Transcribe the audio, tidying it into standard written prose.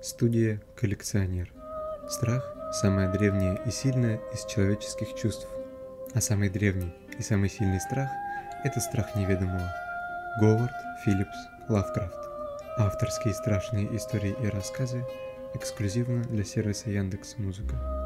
Студия «Коллекционер». Страх – самое древнее и сильное из человеческих чувств. А самый древний и самый сильный страх – это страх неведомого. Говард Филлипс Лавкрафт. Авторские страшные истории и рассказы эксклюзивно для сервиса Яндекс.Музыка.